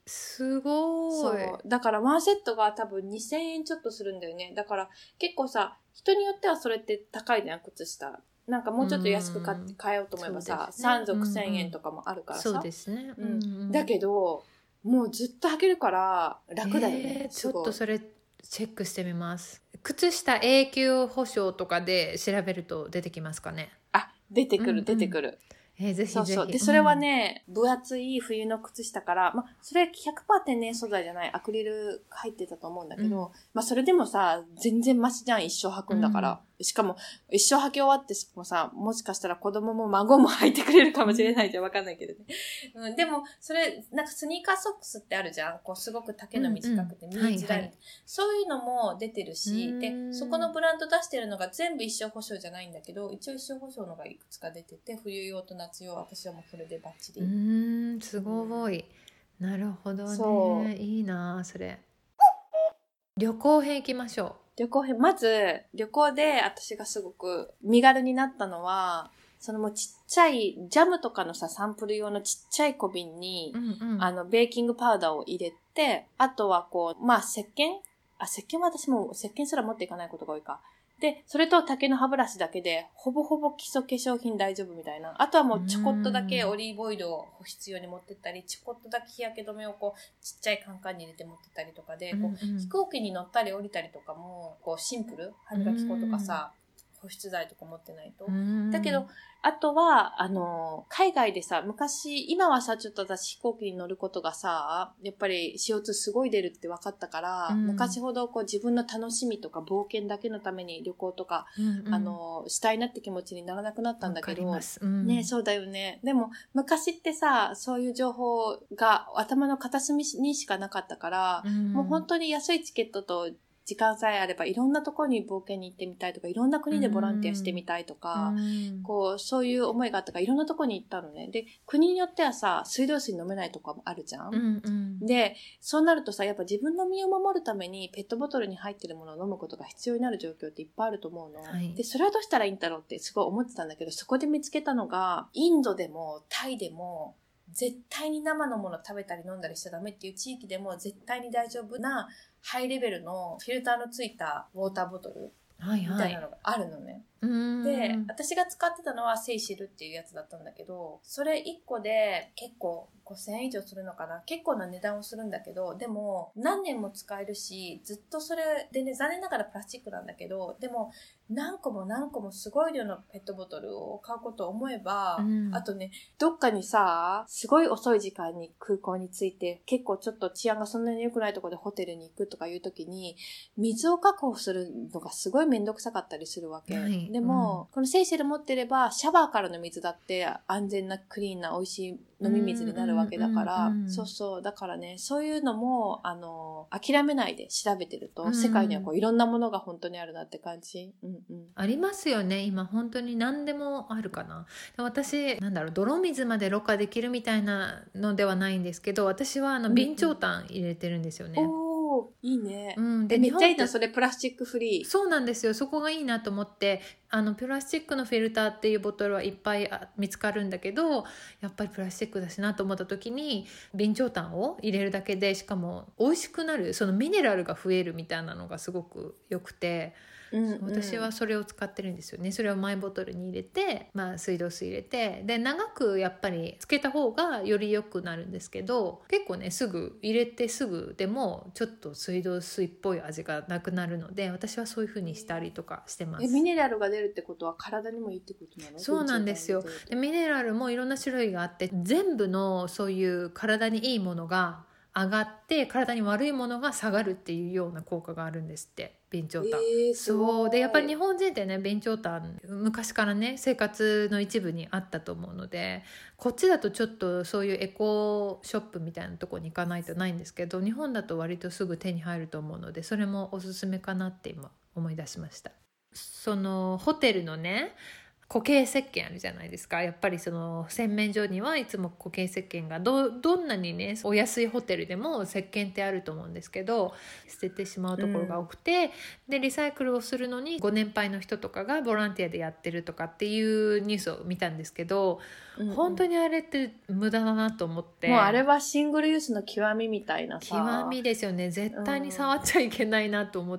すごい。 そう。だからワンセットが多分2000円ちょっとするんだよね。だから結構さ、人によってはそれって高いじゃん、靴下。なんかもうちょっと安く買えようと思えばさ、3足1000円とかもあるからさ。 そうですね。 だけど、もうずっと履けるから楽だよね。 ちょっとそれチェックしてみます。靴下永久保証とかで調べると出てきますかね。 あ、出てくる。ぜひぜひ。そうそう。で、それはね、分厚い冬の靴下から、それ100% 天然素材じゃないアクリル入ってたと思うんだけど、それでもさ、全然マシじゃん、一生履くんだから。しかも、一生履き終わってもさ、もしかしたら子供も孫も履いてくれるかもしれないじゃん、わかんないけどね。でも、それ、なんかスニーカーソックスってあるじゃん。こう、すごく丈の短くて見えづらい。そういうのも出てるし、で、そこのブランド出してるのが全部一生保証じゃないんだけど、一応一生保証のがいくつか出てて、冬用と夏用、私はもうそれでバッチリ。 すごい。なるほどね。いいなそれ。旅行編行きましょう。 まず、旅行で私がすごく身軽になったのは、そのもうちっちゃい、ジャムとかのさ、サンプル用のちっちゃい小瓶に、ベーキングパウダーを入れて、あとはこう、石鹸は私も石鹸すら持っていかないことが多いか。で、それと竹の歯ブラシだけで、ほぼほぼ基礎化粧品大丈夫みたいな。あとはもうちょこっとだけオリーブオイルを保湿用に持ってったり、ちょこっとだけ日焼け止めをこう、ちっちゃいカンカンに入れて持ってったりとかで、こう飛行機に乗ったり降りたりとかも、こうシンプル歯磨き粉とかさ、保湿剤とか持ってないと。だけど、あとは、海外でさ、今はさ、ちょっと私飛行機に乗ることがさ、やっぱり CO2 すごい出るって分かったから、昔ほどこう自分の楽しみとか冒険だけのために旅行とか、したいなって気持ちにならなくなったんだけど、ね、そうだよね。でも、昔ってさ、そういう情報が頭の片隅にしかなかったから、もう本当に安いチケットと、時間さえあればいろんなところに冒険に行ってみたいとか、いろんな国でボランティアしてみたいとか、こう、そういう思いがあったからいろんなところに行ったのね。で、国によってはさ、水道水飲めないとかもあるじゃん。で、そうなるとさ、やっぱ自分の身を守るためにペットボトルに入ってるものを飲むことが必要になる状況っていっぱいあると思うの。で、それはどうしたらいいんだろうってすごい思ってたんだけど、そこで見つけたのが、インドでもタイでも、絶対に生のもの食べたり飲んだりしちゃダメっていう地域でも絶対に大丈夫なハイレベルのフィルターのついたウォーターボトルみたいなのがあるのね。で、私が使ってたのはセイシルっていうやつだったんだけど、それ1個で結構5000円以上するのかな。結構な値段をするんだけど、でも何年も使えるし、ずっとそれでね、残念ながらプラスチックなんだけど、でも何個もすごい量のペットボトルを買うことを思えば、あとね、どっかにさ、すごい遅い時間に空港に着いて、結構ちょっと治安がそんなに良くないところでホテルに行くとかいう時に、水を確保するのがすごいめんどくさかったりするわけ。でも、このセイシェル持ってれば、シャワーからの水だって安全なクリーンな美味しい飲み水になるわけだから、だからね、そういうのも、諦めないで調べてると、世界にはこういろんなものが本当にあるなって感じ。 ありますよね。今本当に何でもあるかな。私、泥水までろ過できるみたいなのではないんですけど、私は備長炭入れてるんですよね。 いいね。でめっちゃいいな、それプラスチックフリー。 そうなんですよ。そこがいいなと思って、プラスチックのフィルターっていうボトルはいっぱい見つかるんだけど、やっぱりプラスチックだしなと思った時に備長炭を入れるだけで、しかも美味しくなる、そのミネラルが増えるみたいなのがすごく良くて、私はそれを使ってるんですよね。それをマイボトルに入れて、水道水入れて、で長くやっぱりつけた方がより良くなるんですけど、結構ねすぐ入れてすぐでもちょっと水道水っぽい味がなくなるので、私はそういう風にしたりとかしてます。 ミネラルが出るってことは体にもいいってことなの？ そうなんですよ。でミネラルもいろんな種類があって、全部のそういう体にいいものが上がって体に悪いものが下がるっていうような効果があるんですって、備長炭。そうで、やっぱり日本人ってね、備長炭昔からね生活の一部にあったと思うので、こっちだとちょっとそういうエコショップみたいなとこに行かないとないんですけど、日本だと割とすぐ手に入ると思うので、それもおすすめかなって今思い出しました。そのホテルのね固形石鹸あるじゃないですか。やっぱりその洗面所にはいつも固形石鹸がどんなにねお安いホテルでも石鹸ってあると思うんですけど、捨ててしまうところが多くて、でリサイクルをするのにご年配の人とかがボランティアでやってるとかっていうニュースを見たんですけど、本当にあれって無駄だなと思って。 もうあれはシングルユースの極みみたいなさ。 極みですよね。絶対に触っちゃいけないなと思って、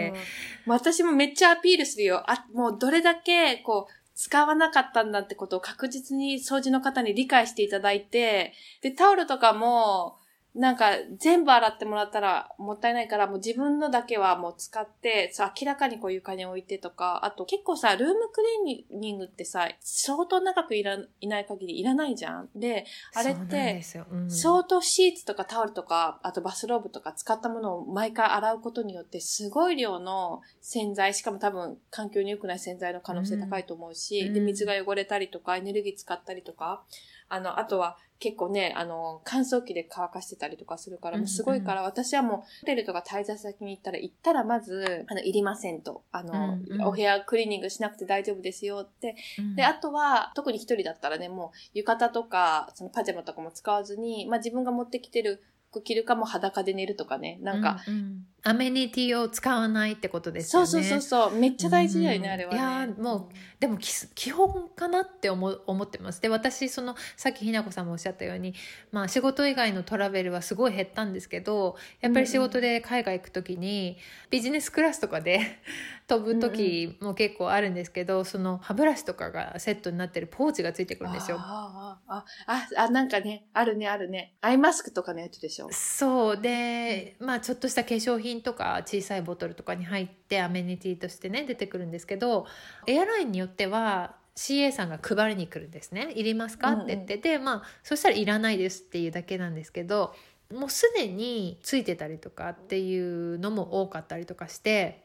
私もめっちゃアピールするよ。もうどれだけこう使わなかったんだってことを確実に掃除の方に理解していただいて、で、タオルとかも、なんか全部洗ってもらったらもったいないから、もう自分のだけはもう使って、明らかにこう床に置いてとか、あと結構さ、ルームクリーニングってさ、相当長くいない限りいらないじゃん。で、あれって、相当シーツとかタオルとか、あとバスローブとか使ったものを毎回洗うことによって、すごい量の洗剤、しかも多分環境に良くない洗剤の可能性高いと思うし、で、水が汚れたりとか、エネルギー使ったりとか、あとは結構ね、乾燥機で乾かしてたりとかするから、もうすごいから、私はもう、ホテルとか滞在先に行ったらまず、いりませんと。お部屋クリーニングしなくて大丈夫ですよって。で、あとは、特に一人だったらね、もう、浴衣とか、そのパジャマとかも使わずに、まあ自分が持ってきてる服着るかも裸で寝るとかね、なんか、 アメニティを使わないってことですよね。 そう。めっちゃ大事だよね、あれはね。 いやもう、でも基本かなって思ってます。で、私、さっきひなこさんもおっしゃったように、まあ仕事以外のトラベルはすごい減ったんですけど、やっぱり仕事で海外行くときに、ビジネスクラスとかで飛ぶときも結構あるんですけど、その歯ブラシとかがセットになってるポーチがついてくるんですよ。 なんかね、あるね。アイマスクとかのやつでしょ。 そうで、まあちょっとした化粧品とか小さいボトルとかに入ってアメニティとしてね出てくるんですけど、エアラインによっては CA さんが配りに来るんですね。いりますかって言ってて、まあそしたらいらないですっていうだけなんですけど、もうすでについてたりとかっていうのも多かったりとかして、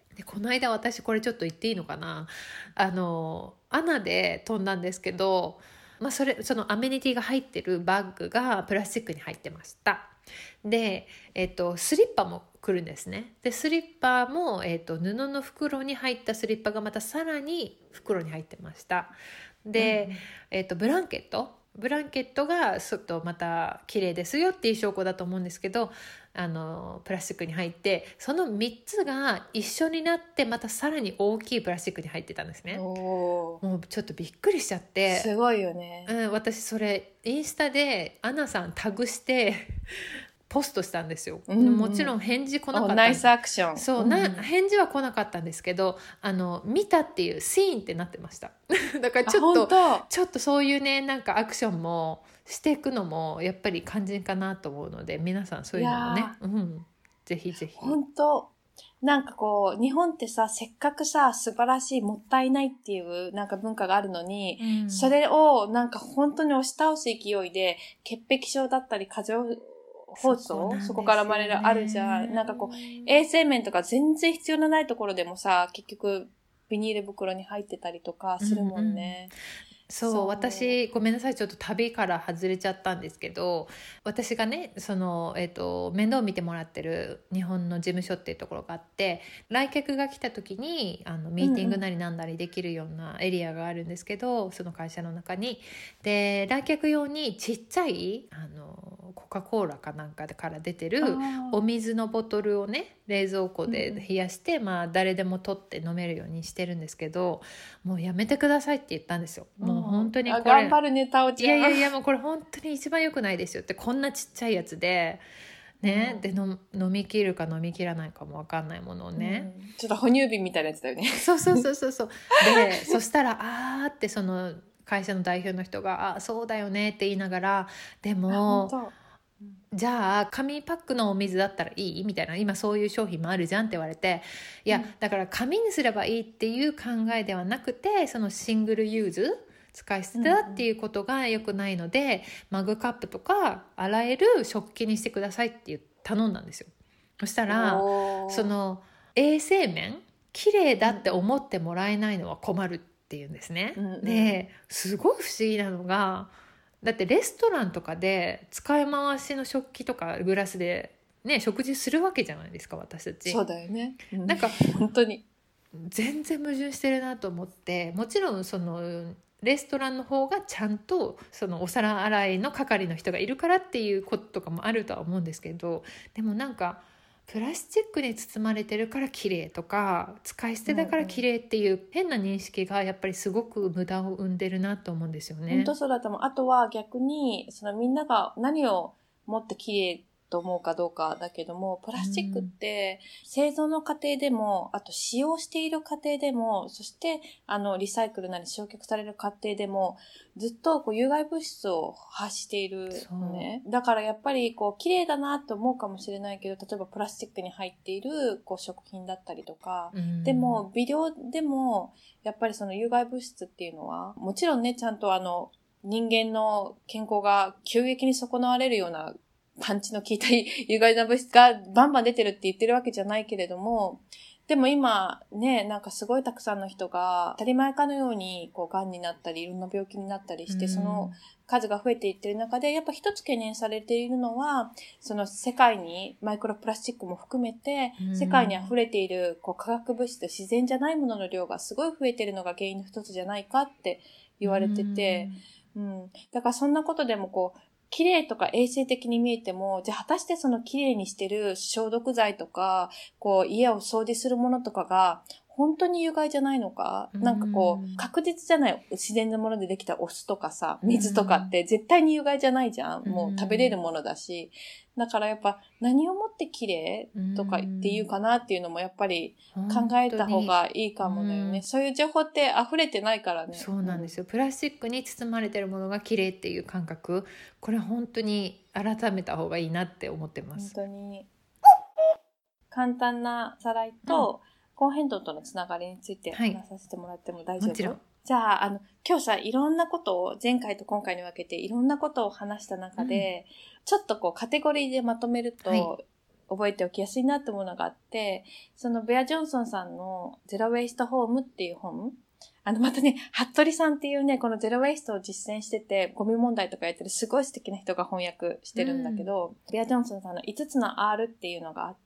でこの間私これちょっと言っていいのかな、アナで飛んだんですけど、まあ、そのアメニティが入ってるバッグがプラスチックに入ってました。で、スリッパも来るんですね。でスリッパも、布の袋に入ったスリッパがまたさらに袋に入ってました。で、ブランケットがちょっとまた綺麗ですよっていう証拠だと思うんですけど、プラスチックに入って、その3つが一緒になってまたさらに大きいプラスチックに入ってたんですね。もうちょっとびっくりしちゃって、 すごいよね。 私それインスタでアナさんタグしてポストしたんですよ。もちろん返事来なかった。 ナイスアクション。 そう、返事は来なかったんですけど、見たっていうシーンってなってました。だからちょっとそういうね、なんかアクションもしていくのもやっぱり肝心かなと思うので、皆さんそういうのもね、ぜひぜひ。 本当なんかこう、日本ってさ、せっかくさ、素晴らしい、もったいないっていうなんか文化があるのに、それをなんか本当に押し倒す勢いで、潔癖症だったり、過剰包装、そこから生まれるあるじゃん。なんかこう、衛生面とか全然必要のないところでもさ、結局、ビニール袋に入ってたりとかするもんね。 そう、私ごめんなさい、ちょっと旅から外れちゃったんですけど、私がね面倒を見てもらってる日本の事務所っていうところがあって、来客が来た時にミーティングなりなんだりできるようなエリアがあるんですけど、その会社の中に。で来客用にちっちゃいコカ・コーラかなんかから出てるお水のボトルをね、冷蔵庫で冷やして、まあ誰でも取って飲めるようにしてるんですけど、もうやめてくださいって言ったんですよ。もう本当にこれ頑張るね、タオちゃん。 いやもうこれ本当に一番良くないですよって、こんなちっちゃいやつでね、で飲み切るか飲み切らないかも分かんないものをね、 ちょっと哺乳瓶みたいなやつだよね。 そうでそしたらってその会社の代表の人がそうだよねって言いながら、でもじゃあ紙パックのお水だったらいいみたいな、今そういう商品もあるじゃんって言われて、いやだから紙にすればいいっていう考えではなくて、そのシングルユーズ使い捨てだっていうことが良くないので、マグカップとか洗える食器にしてくださいって頼んだんですよ。そしたらその衛生面綺麗だって思ってもらえないのは困るっていうんですね。ですごい不思議なのが、だってレストランとかで使い回しの食器とかグラスでね、食事するわけじゃないですか、私たち。 そうだよね。 なんか本当に全然矛盾してるなと思って、もちろんそのレストランの方がちゃんとそのお皿洗いの係の人がいるからっていうこととかもあるとは思うんですけど、でもなんかプラスチックに包まれてるから綺麗とか使い捨てだから綺麗っていう変な認識がやっぱりすごく無駄を生んでるなと思うんですよね。 本当そうだと思う。あとは逆にそのみんなが何をもって綺麗と思うかどうかだけども、プラスチックって製造の過程でも、あと使用している過程でも、そしてリサイクルなり焼却される過程でも、ずっと有害物質を発しているのね。だからやっぱり綺麗だなと思うかもしれないけど、例えばプラスチックに入っている食品だったりとか、でも微量でもやっぱりその有害物質っていうのは、もちろんね、ちゃんと人間の健康が急激に損なわれるようなパンチの効いた有害な物質がバンバン出てるって言ってるわけじゃないけれども、でも今ね、なんかすごいたくさんの人が当たり前かのように癌になったりいろんな病気になったりして、その数が増えていってる中で、やっぱ一つ懸念されているのは、その世界にマイクロプラスチックも含めて、世界に溢れている化学物質、自然じゃないものの量がすごい増えているのが原因の一つじゃないかって言われてて、だからそんなことでも綺麗とか衛生的に見えても、じゃあ果たしてその綺麗にしてる消毒剤とか、家を掃除するものとかが、本当に有害じゃないのか、なんか確実じゃない自然のものでできたお酢とかさ、水とかって絶対に有害じゃないじゃん。もう食べれるものだし。だからやっぱ何をもって綺麗とかっていうかなっていうのもやっぱり考えた方がいいかもだよね。そういう情報って溢れてないからね。 そうなんですよ。プラスチックに包まれてるものが綺麗っていう感覚、これ本当に改めた方がいいなって思ってます。 本当に。簡単なおさらいと、気候変動とのつながりについて話させてもらっても大丈夫？ もちろん。 じゃあ、今日さ、いろんなことを、前回と今回に分けていろんなことを話した中で、ちょっとカテゴリーでまとめると、覚えておきやすいなってものがあって、そのベア・ジョンソンさんのゼロ・ウェイスト・ホームっていう本、またね、服部さんっていうね、このゼロ・ウェイストを実践してて、ゴミ問題とかやってるすごい素敵な人が翻訳してるんだけど、ベア・ジョンソンさんの5つの R っていうのがあって、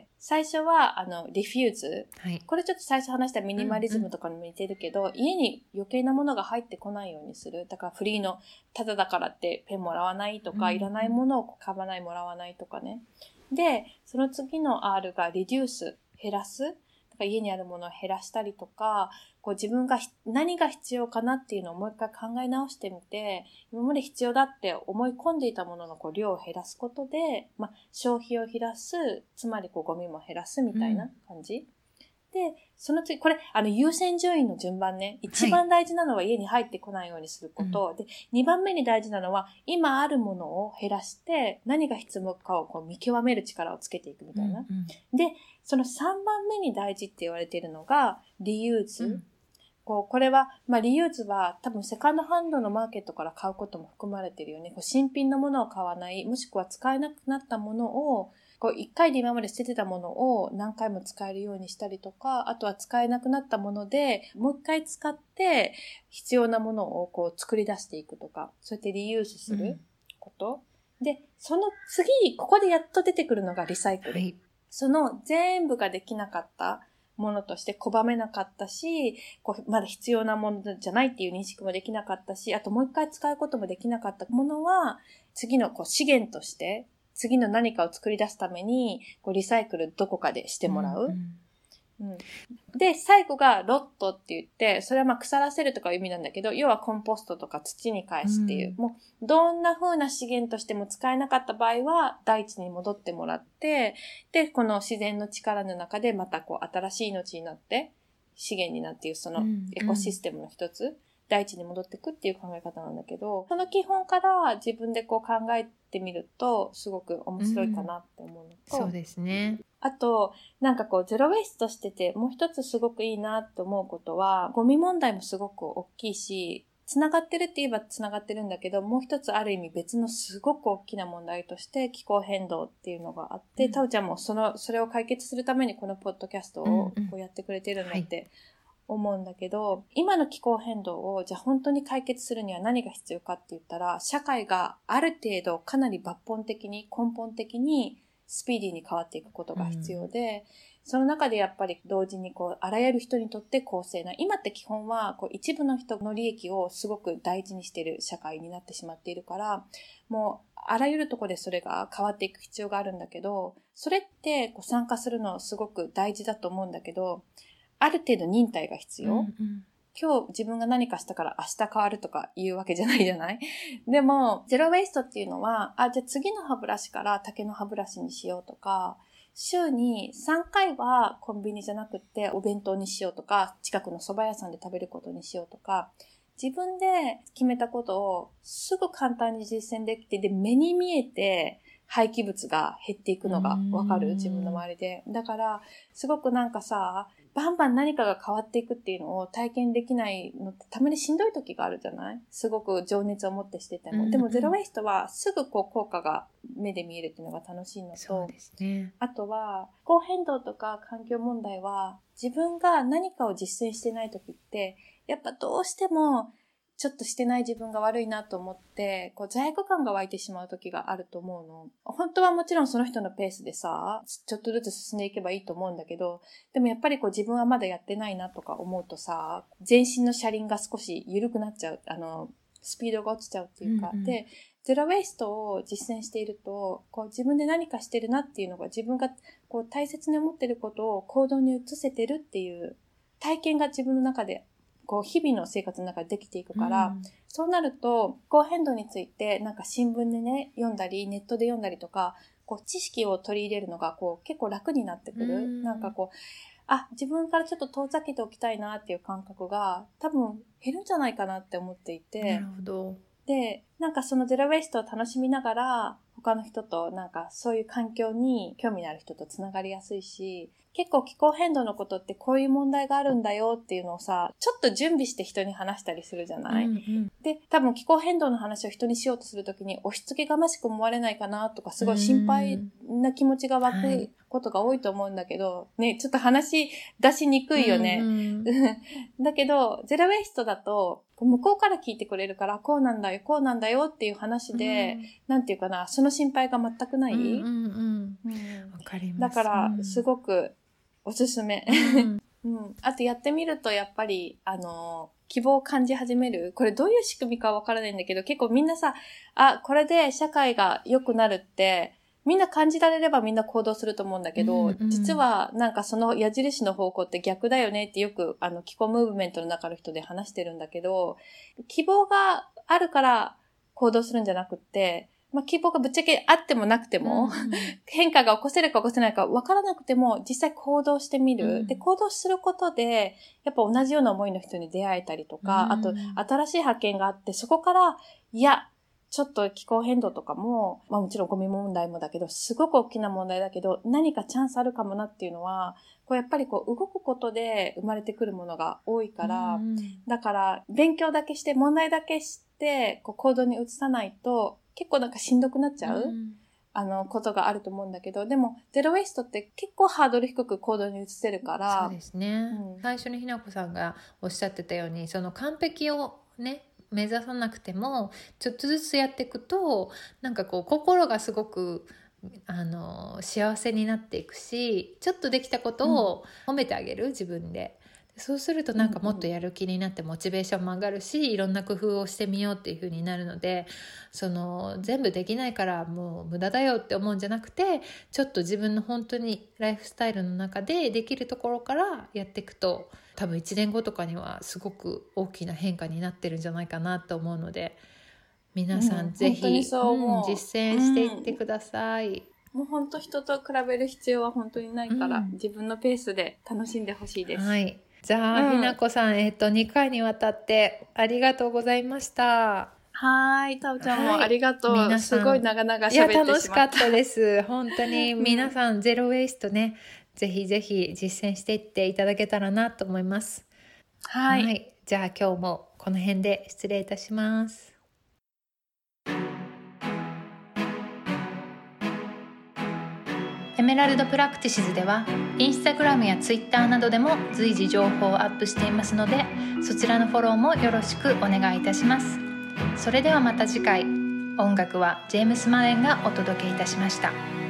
最初は、リフューズ。これちょっと最初話したミニマリズムとかにも似てるけど、家に余計なものが入ってこないようにする。だからフリーの、ただだからってペンもらわないとか、いらないものを買わないもらわないとかね。で、その次の R がリデュース、減らす。だから家にあるものを減らしたりとか、自分が何が必要かなっていうのをもう一回考え直してみて、今まで必要だって思い込んでいたものの量を減らすことで、消費を減らす、つまりゴミも減らすみたいな感じ。で、その次、これ、優先順位の順番ね。一番大事なのは家に入ってこないようにすること。で、二番目に大事なのは、今あるものを減らして、何が必要かを見極める力をつけていくみたいな。で、その三番目に大事って言われているのが、リユーズ。これは、リユーズは多分セカンドハンドのマーケットから買うことも含まれているよね。新品のものを買わない、もしくは使えなくなったものを、一回で今まで捨ててたものを何回も使えるようにしたりとか、あとは使えなくなったもので、もう一回使って必要なものを作り出していくとか、そうやってリユースすること。で、その次、ここでやっと出てくるのがリサイクル。その全部ができなかったものとして拒めなかったし、まだ必要なものじゃないっていう認識もできなかったし、あともう一回使うこともできなかったものは、次の資源として、次の何かを作り出すために、リサイクルどこかでしてもらう。で、最後がロットって言って、それは腐らせるとかいう意味なんだけど、要はコンポストとか土に返すっていう、もうどんな風な資源としても使えなかった場合は、大地に戻ってもらって、で、この自然の力の中でまた新しい命になって、資源になっていうそのエコシステムの一つ、大地に戻っていくっていう考え方なんだけど、その基本から自分で考えてみると、すごく面白いかなって思うのと、 そうですね。 あと、ゼロウェイストしてて、もう一つすごくいいなって思うことは、ゴミ問題もすごく大きいし、繋がってるって言えば繋がってるんだけど、もう一つある意味別のすごく大きな問題として気候変動っていうのがあって、タオちゃんもそれを解決するためにこのポッドキャストをやってくれてるんだって思うんだけど、今の気候変動をじゃあ本当に解決するには何が必要かって言ったら、社会がある程度かなり抜本的に根本的にスピーディーに変わっていくことが必要で、 その中でやっぱり同時にあらゆる人にとって公正な、今って基本は一部の人の利益をすごく大事にしている社会になってしまっているから、もうあらゆるところでそれが変わっていく必要があるんだけど、それって参加するのすごく大事だと思うんだけど、ある程度忍耐が必要。今日自分が何かしたから明日変わるとか言うわけじゃないじゃない。でも、ゼロウェイストっていうのは、じゃあ次の歯ブラシから竹の歯ブラシにしようとか、週に3回はコンビニじゃなくってお弁当にしようとか、近くの蕎麦屋さんで食べることにしようとか、自分で決めたことをすぐ簡単に実践できて、で、目に見えて廃棄物が減っていくのがわかる、自分の周りで。だから、すごくなんかさ、バンバン何かが変わっていくっていうのを体験できないのってたまにしんどい時があるじゃない？すごく情熱を持ってしてても。でもゼロウェイストはすぐ効果が目で見えるっていうのが楽しいのと、 そうですね。 あとは気候変動とか環境問題は自分が何かを実践してない時ってやっぱどうしてもちょっとしてない自分が悪いなと思って、罪悪感が湧いてしまう時があると思うの。本当はもちろんその人のペースでさ、ちょっとずつ進んでいけばいいと思うんだけど、でもやっぱり自分はまだやってないなとか思うとさ、全身の車輪が少し緩くなっちゃう。スピードが落ちちゃうっていうか。で、ゼロウェイストを実践していると、自分で何かしてるなっていうのが自分が大切に思ってることを行動に移せてるっていう体験が自分の中で日々の生活の中でできていくから、そうなると、気候変動について、なんか新聞でね、読んだり、ネットで読んだりとか、知識を取り入れるのが、結構楽になってくる。なんか自分からちょっと遠ざけておきたいなっていう感覚が、多分減るんじゃないかなって思っていて。 なるほど。 で、なんかそのゼロウェイストを楽しみながら、他の人となんかそういう環境に興味のある人とつながりやすいし、結構気候変動のことってこういう問題があるんだよっていうのをさ、ちょっと準備して人に話したりするじゃない？で、多分気候変動の話を人にしようとするときに押し付けがましく思われないかなとか、すごい心配な気持ちが湧くことが多いと思うんだけど、ね、ちょっと話出しにくいよね。だけど、ゼロウェイストだと、向こうから聞いてくれるから、こうなんだよっていう話で、なんていうかな、その心配が全くない。わかります。 だから、すごくおすすめ。あとやってみると、やっぱり、希望を感じ始める。これどういう仕組みかわからないんだけど、結構みんなさ、これで社会が良くなるって、みんな感じられればみんな行動すると思うんだけど、実はなんかその矢印の方向って逆だよねってよく気候ムーブメントの中の人で話してるんだけど、希望があるから行動するんじゃなくって、希望がぶっちゃけあってもなくても、変化が起こせるか起こせないか分からなくても実際行動してみる。で、行動することで、やっぱ同じような思いの人に出会えたりとか、あと新しい発見があって、そこから、ちょっと気候変動とかも、もちろんゴミ問題もだけど、すごく大きな問題だけど、何かチャンスあるかもなっていうのは、やっぱり動くことで生まれてくるものが多いから、だから勉強だけして、問題だけして、行動に移さないと、結構なんかしんどくなっちゃう、ことがあると思うんだけど、でも、ゼロウェイストって結構ハードル低く行動に移せるから。 そうですね。最初にひなこさんがおっしゃってたように、その完璧をね、目指さなくてもちょっとずつやっていくとなんか心がすごく幸せになっていくし、ちょっとできたことを褒めてあげる、自分で。そうするとなんかもっとやる気になってモチベーションも上がるし、いろんな工夫をしてみようっていう風になるので、全部できないからもう無駄だよって思うんじゃなくて、ちょっと自分の本当にライフスタイルの中でできるところからやっていくと、多分1年後とかにはすごく大きな変化になってるんじゃないかなと思うので、皆さんぜひ、実践していってください。 もう本当人と比べる必要は本当にないから、自分のペースで楽しんでほしいです。 はい。じゃあ、ひなこさん、2回にわたってありがとうございました。 はい。たおちゃんもありがとう。皆さんすごい長々喋ってしまった。 いや、楽しかったです。本当に皆さん、ゼロウェイストね、ぜひぜひ実践していっていただけたらなと思います。 はい。 じゃあ今日もこの辺で失礼いたします。エメラルドプラクティシズではインスタグラムやツイッターなどでも随時情報をアップしていますので、そちらのフォローもよろしくお願いいたします。それではまた次回。音楽はジェームス・マレンがお届けいたしました。